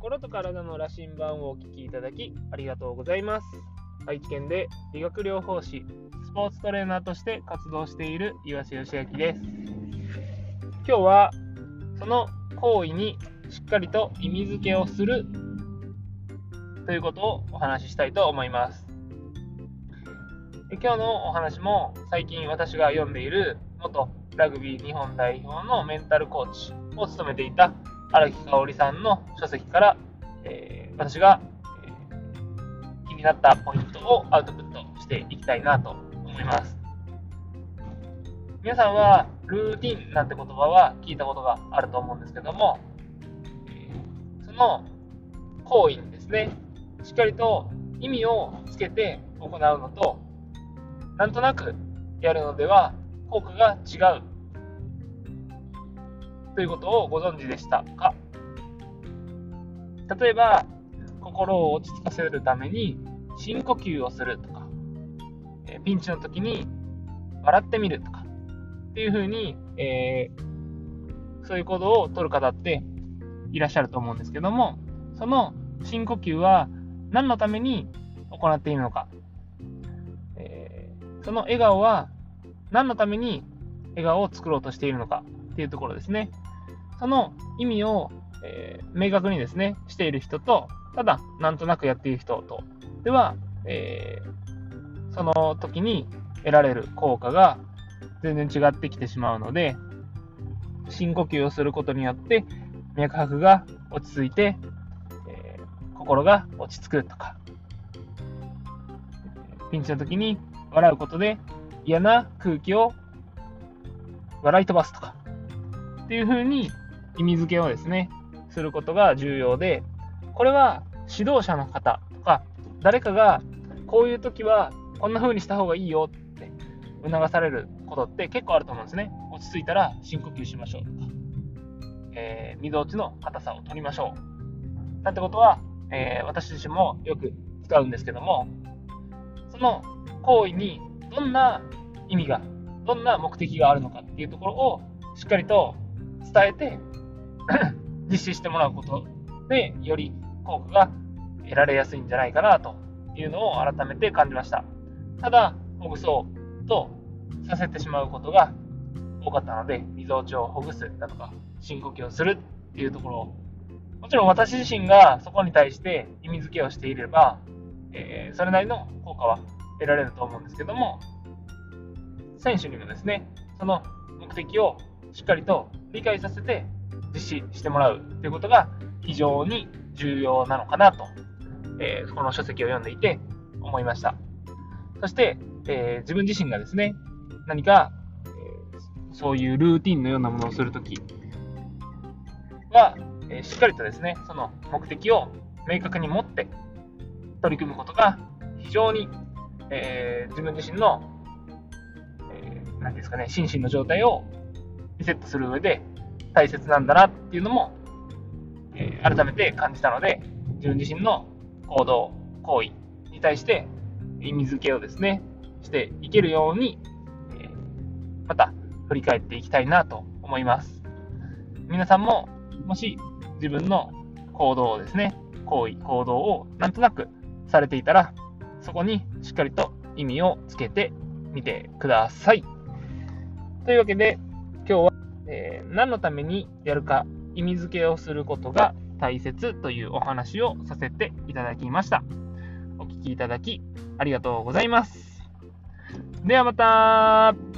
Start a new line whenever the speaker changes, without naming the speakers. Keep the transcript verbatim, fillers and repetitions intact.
心と体の羅針盤をお聞きいただきありがとうございます。愛知県で理学療法士、スポーツトレーナーとして活動している岩瀬義明です。今日はその行為にしっかりと意味付けをするということをお話ししたいと思います。今日のお話も最近私が読んでいる元ラグビー日本代表のメンタルコーチを務めていた荒木香織さんの書籍から、えー、私が、えー、気になったポイントをアウトプットしていきたいなと思います。皆さんはルーティンなんて言葉は聞いたことがあると思うんですけども、その行為にですね、しっかりと意味をつけて行うのと、なんとなくやるのでは効果が違うということをご存知でしたか？例えば、心を落ち着かせるために深呼吸をするとか、ピンチの時に笑ってみるとかっていう風に、えー、そういう行動を取る方っていらっしゃると思うんですけども、その深呼吸は何のために行っているのか、えー、その笑顔は何のために笑顔を作ろうとしているのかっていうところですね。その意味を、えー、明確にですねしている人と、ただなんとなくやっている人とでは、えー、その時に得られる効果が全然違ってきてしまうので、深呼吸をすることによって脈拍が落ち着いて、えー、心が落ち着くとか、ピンチの時に笑うことで嫌な空気を笑い飛ばすとかっていう風に意味付けをですねすることが重要で、これは指導者の方とか誰かがこういう時はこんな風にした方がいいよって促されることって結構あると思うんですね。落ち着いたら深呼吸しましょうとか、えー、みぞおちの硬さを取りましょうなんてことは、えー、私自身もよく使うんですけども、その行為にどんな意味が、どんな目的があるのかっていうところをしっかりと伝えて実施してもらうことで、より効果が得られやすいんじゃないかなというのを改めて感じました。ただ、ほぐそうとさせてしまうことが多かったので、みぞおちをほぐすだとか深呼吸をするっていうところを、もちろん私自身がそこに対して意味付けをしていれば、えー、それなりの効果は得られると思うんですけども、選手にもですね、その目的をしっかりと理解させて実施してもらうということが非常に重要なのかなと、えー、この書籍を読んでいて思いました。そして、えー、自分自身がですね、何か、えー、そういうルーティンのようなものをするときは、えー、しっかりとですね、その目的を明確に持って取り組むことが非常に、えー、自分自身の、えー、なんですかね、心身の状態をリセットする上で大切なんだなっていうのも、えー、改めて感じたので、自分自身の行動、行為に対して意味付けをですねしていけるように、えー、また振り返っていきたいなと思います。皆さんももし自分の行動をですね、行為、行動をなんとなくされていたら、そこにしっかりと意味をつけてみてください。というわけで、今日は、えー、何のためにやるか意味付けをすることが大切というお話をさせていただきました。お聞きいただきありがとうございます。ではまた。